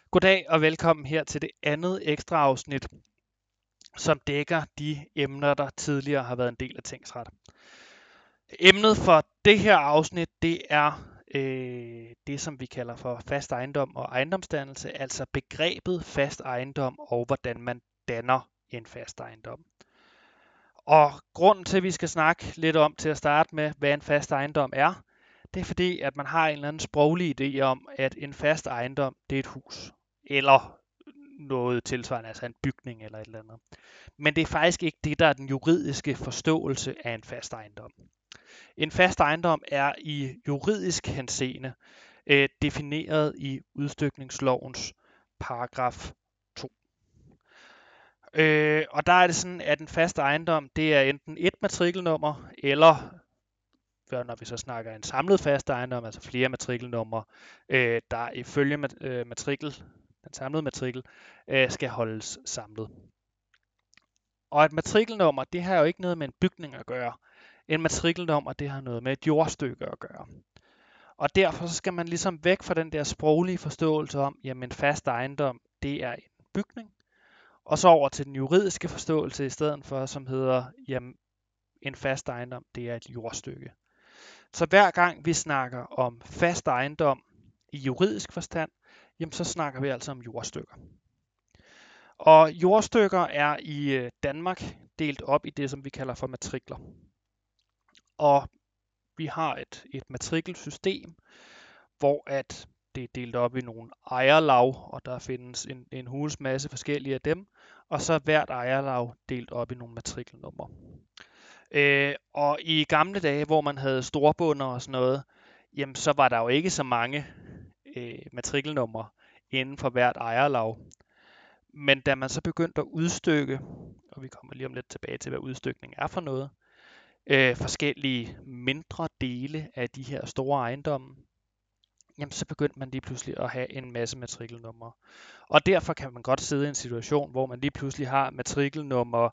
Goddag og velkommen her til det andet ekstra afsnit, som dækker de emner, der tidligere har været en del af tingsret. Emnet for det her afsnit, det er det, som vi kalder for fast ejendom og ejendomsdannelse, altså begrebet fast ejendom og hvordan man danner en fast ejendom. Og grunden til, at vi skal snakke lidt om til at starte med, hvad en fast ejendom er, det er fordi, at man har en eller anden sproglig idé om, at en fast ejendom, det er et hus. Eller noget tilsvarende, altså en bygning eller et eller andet. Men det er faktisk ikke det, der er den juridiske forståelse af en fast ejendom. En fast ejendom er i juridisk henseende defineret i udstykningslovens paragraf 2. Og der er det sådan, at en fast ejendom, det er enten et matrikelnummer, eller når vi så snakker en samlet fast ejendom, altså flere matrikelnumre, der ifølge den samlede matrikel, skal holdes samlet. Og et matrikelnummer, det har jo ikke noget med en bygning at gøre. En matrikelnummer, det har noget med et jordstykke at gøre. Og derfor så skal man ligesom væk fra den der sproglige forståelse om, jamen fast ejendom, det er en bygning. Og så over til den juridiske forståelse i stedet for, som hedder, jamen en fast ejendom, det er et jordstykke. Så hver gang vi snakker om fast ejendom i juridisk forstand, jamen så snakker vi altså om jordstykker. Og jordstykker er i Danmark delt op i det, som vi kalder for matrikler. Og vi har et matrikelsystem, hvor at det er delt op i nogle ejerlag, og der findes en hulens masse forskellige af dem, og så er hvert ejerlag delt op i nogle matrikelnumre. Og i gamle dage, hvor man havde storbunder og sådan noget, jamen så var der jo ikke så mange matrikelnumre inden for hvert ejerlag. Men da man så begyndte at udstykke, og vi kommer lige om lidt tilbage til, hvad udstykning er for noget, forskellige mindre dele af de her store ejendomme, jamen så begyndte man lige pludselig at have en masse matrikelnumre. Og derfor kan man godt sidde i en situation, hvor man lige pludselig har matrikelnummer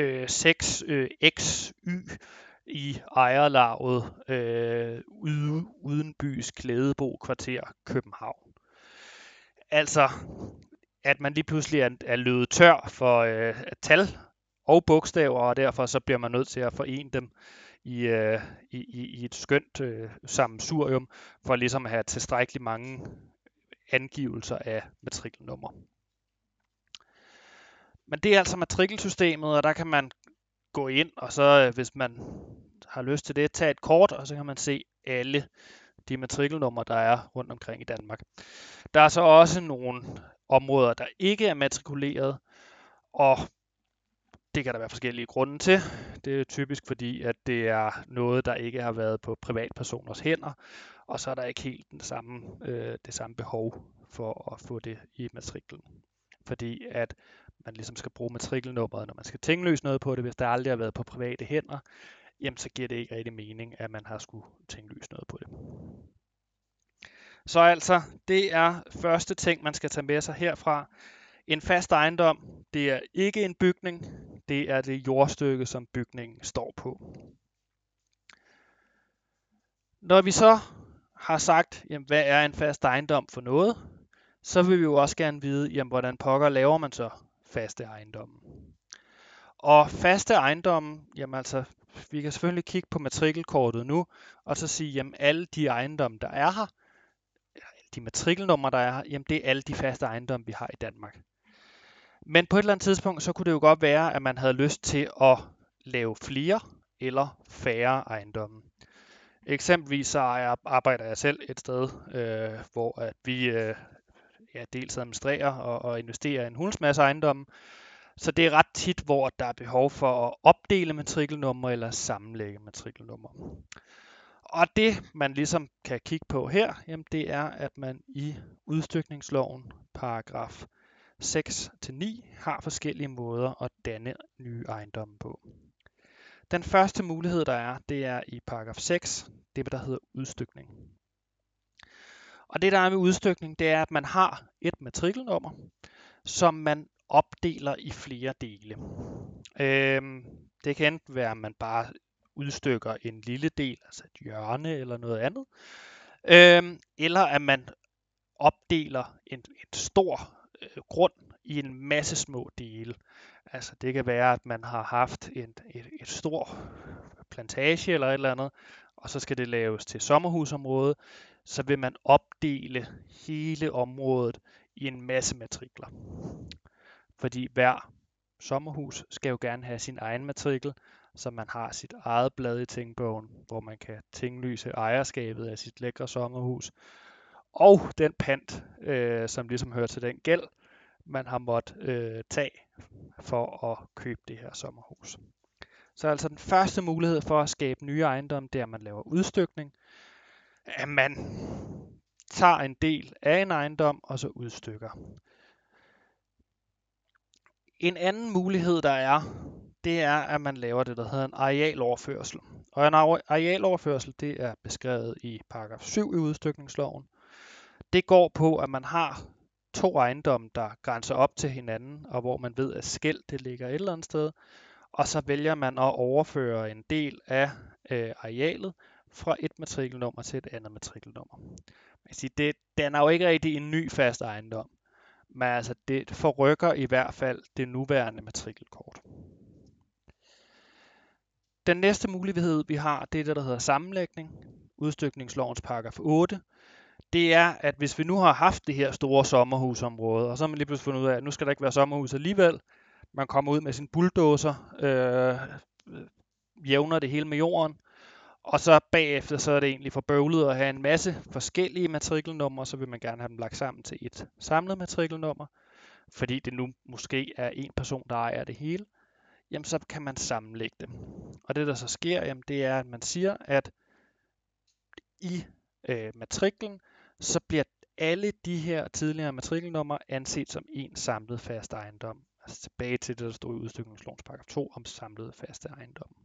6XY i ejerlaget Udenbys Klædebo Kvarter, København. Altså, at man lige pludselig er løbet tør for tal og bogstaver, og derfor så bliver man nødt til at forene dem i et skønt sammensurium, for ligesom at have tilstrækkeligt mange angivelser af matrikelnummer. Men det er altså matrikelsystemet, og der kan man gå ind, og så hvis man har lyst til det, tage et kort, og så kan man se alle de matrikelnumre, der er rundt omkring i Danmark. Der er så også nogle områder, der ikke er matrikuleret, og det kan der være forskellige grunde til. Det er typisk fordi, at det er noget, der ikke har været på privatpersoners hænder, og så er der ikke helt det samme behov for at få det i matriklen. Fordi at man ligesom skal bruge matrikelnummeret, når man skal tingløse noget på det. Hvis der aldrig har været på private hænder, jamen så giver det ikke rigtig mening, at man har skulle tingløse noget på det. Så altså, det er første ting, man skal tage med sig herfra. En fast ejendom, det er ikke en bygning, det er det jordstykke, som bygningen står på. Når vi så har sagt, jamen, hvad er en fast ejendom for noget, så vil vi jo også gerne vide, jamen, hvordan pokker laver man så faste ejendomme. Og faste ejendomme, jamen altså, vi kan selvfølgelig kigge på matrikelkortet nu, og så sige, jamen alle de ejendomme, der er her, de matrikelnumre, der er her, jamen det er alle de faste ejendomme, vi har i Danmark. Men på et eller andet tidspunkt, så kunne det jo godt være, at man havde lyst til at lave flere eller færre ejendomme. Eksempelvis så arbejder jeg selv et sted, hvor at vi dels administrerer og investerer i en hulens masse ejendomme. Så det er ret tit, hvor der er behov for at opdele matrikelnumre eller sammenlægge matrikelnumre. Og det, man ligesom kan kigge på her, jamen det er, at man i udstykningsloven, paragraf 6-9, har forskellige måder at danne nye ejendomme på. Den første mulighed, der er, det er i paragraf 6, det der hedder udstykning. Og det, der er med udstykning, det er, at man har et matrikelnummer, som man opdeler i flere dele. Det kan enten være, at man bare udstykker en lille del, altså et hjørne eller noget andet, eller at man opdeler en stor grund i en masse små dele. Altså det kan være, at man har haft et stor plantage eller et eller andet, og så skal det laves til sommerhusområde, så vil man opdele hele området i en masse matrikler. Fordi hver sommerhus skal jo gerne have sin egen matrikel, så man har sit eget blad i tingbogen, hvor man kan tinglyse ejerskabet af sit lækre sommerhus, og den pant, som ligesom hører til den gæld, man har måttet tage for at købe det her sommerhus. Så altså den første mulighed for at skabe nye ejendomme, det er, at man laver udstykning. At man tager en del af en ejendom, og så udstykker. En anden mulighed, der er, det er, at man laver det, der hedder en arealoverførsel. Og en arealoverførsel, det er beskrevet i paragraf 7 i udstykningsloven. Det går på, at man har to ejendomme, der grænser op til hinanden, og hvor man ved, at skel det ligger et eller andet sted. Og så vælger man at overføre en del af arealet fra et matrikelnummer til et andet matrikelnummer. Den er jo ikke rigtig en ny fast ejendom, men altså det forrykker i hvert fald det nuværende matrikelkort. Den næste mulighed, vi har, det er det, der hedder sammenlægning. Udstykningslovens paragraf 8. Det er, at hvis vi nu har haft det her store sommerhusområde, og så har man lige pludselig fundet ud af, at nu skal der ikke være sommerhus alligevel. Man kommer ud med sin bulldozer, jævner det hele med jorden, og så bagefter så er det egentlig for bøvlet at have en masse forskellige matrikelnumre, så vil man gerne have dem lagt sammen til et samlet matrikelnummer, fordi det nu måske er en person, der ejer det hele. Jamen så kan man sammenlægge dem. Og det der så sker, jamen, det er, at man siger, at i matriklen, så bliver alle de her tidligere matrikelnumre anset som en samlet fast ejendom. Altså tilbage til det, der stod i udstykningslovens paragraf 2 om samlede faste ejendomme.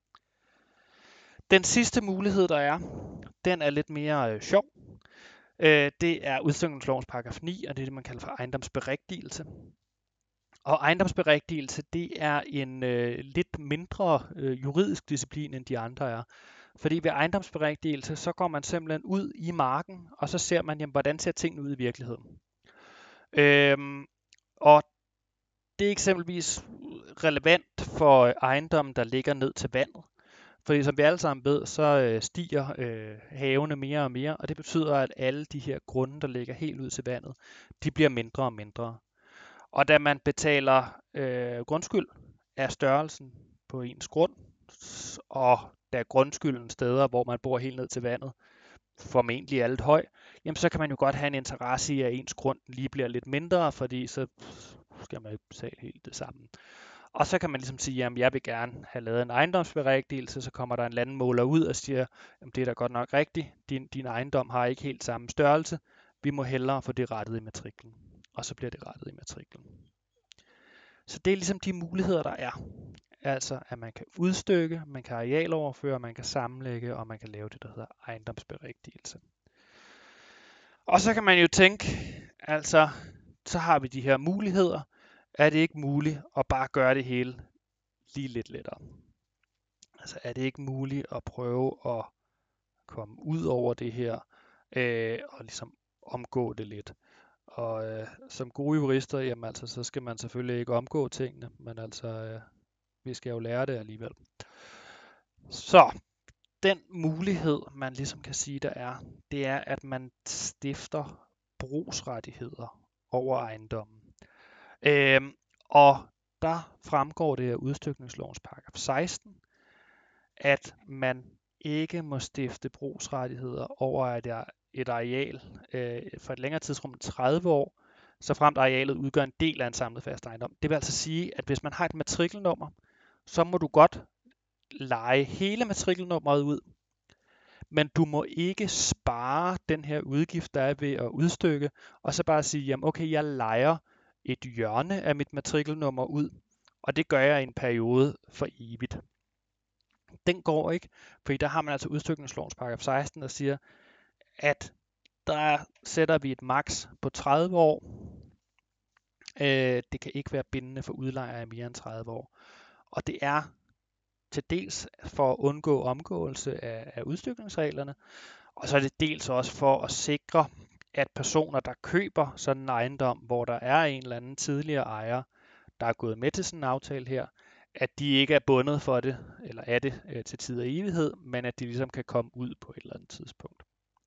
Den sidste mulighed, der er, den er lidt mere sjov. Det er udstykningslovens paragraf 9, og det er det, man kalder for ejendomsberigtigelse. Og ejendomsberigtigelse, det er en lidt mindre juridisk disciplin, end de andre er. Fordi ved ejendomsberigtigelse, så går man simpelthen ud i marken, og så ser man, jamen, hvordan ser tingene ud i virkeligheden. Og det er eksempelvis relevant for ejendommen, der ligger ned til vandet. Fordi som vi alle sammen ved, så stiger havene mere og mere, og det betyder, at alle de her grunde, der ligger helt ud til vandet, de bliver mindre og mindre. Og da man betaler grundskyld, er størrelsen på ens grund, og da grundskylden steder, hvor man bor helt ned til vandet, formentlig er lidt høj, jamen så kan man jo godt have en interesse i, at ens grund lige bliver lidt mindre, fordi så skal man jo betale helt det samme. Og så kan man ligesom sige, jamen jeg vil gerne have lavet en ejendomsberigtigelse, så kommer der en landmåler ud og siger, jamen det er da godt nok rigtigt, din ejendom har ikke helt samme størrelse, vi må hellere få det rettet i matriklen. Og så bliver det rettet i matriklen. Så det er ligesom de muligheder, der er. Altså, at man kan udstykke, man kan arealoverføre, man kan sammenlægge, og man kan lave det, der hedder ejendomsberigtigelse. Og så kan man jo tænke, altså, så har vi de her muligheder. Er det ikke muligt at bare gøre det hele lige lidt lettere? Altså, er det ikke muligt at prøve at komme ud over det her, og ligesom omgå det lidt? Og som gode jurister, jamen altså, så skal man selvfølgelig ikke omgå tingene, men altså, vi skal jo lære det alligevel. Så den mulighed, man ligesom kan sige, der er, det er, at man stifter brugsrettigheder over ejendommen. Og der fremgår det af udstykningslovens paragraf 16, at man ikke må stifte brugsrettigheder over et areal for et længere tidsrum 30 år, så fremt arealet udgør en del af en samlet fast ejendom. Det vil altså sige, at hvis man har et matrikelnummer, så må du godt leje hele matrikelnummeret ud, men du må ikke spare den her udgift, der er ved at udstykke, og så bare sige, jamen okay, jeg lejer et hjørne af mit matrikelnummer ud, og det gør jeg i en periode for evigt. Den går ikke, fordi der har man altså udstykningslovens paragraf 16, der siger, at der sætter vi et maks på 30 år. Det kan ikke være bindende for udlejere i mere end 30 år. Og det er til dels for at undgå omgåelse af udstykningsreglerne, og så er det dels også for at sikre, at personer, der køber sådan en ejendom, hvor der er en eller anden tidligere ejer, der er gået med til sådan en aftale her, at de ikke er bundet for det, eller er det til tid og evighed, men at de ligesom kan komme ud på et eller andet tidspunkt.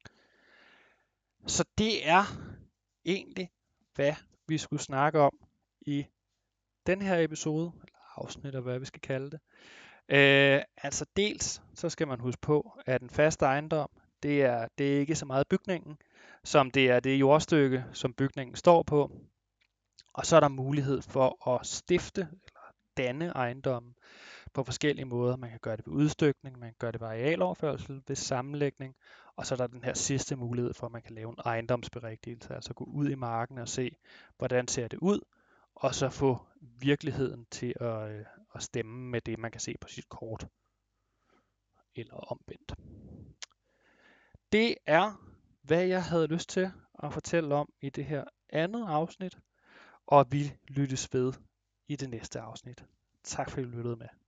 Så det er egentlig, hvad vi skulle snakke om i den her episode, eller afsnit, eller hvad vi skal kalde det. Altså dels, så skal man huske på, at en fast ejendom, det er ikke så meget bygningen, som det er det jordstykke, som bygningen står på. Og så er der mulighed for at stifte eller danne ejendommen på forskellige måder. Man kan gøre det ved udstykning, man kan gøre det ved arealoverførsel, ved sammenlægning, og så er der den her sidste mulighed for, at man kan lave en ejendomsberigtigelse, altså gå ud i marken og se, hvordan ser det ud, og så få virkeligheden til at stemme med det, man kan se på sit kort, eller omvendt. Det er, hvad jeg havde lyst til at fortælle om i det her andet afsnit, og vi lyttes ved i det næste afsnit. Tak fordi du lyttede med.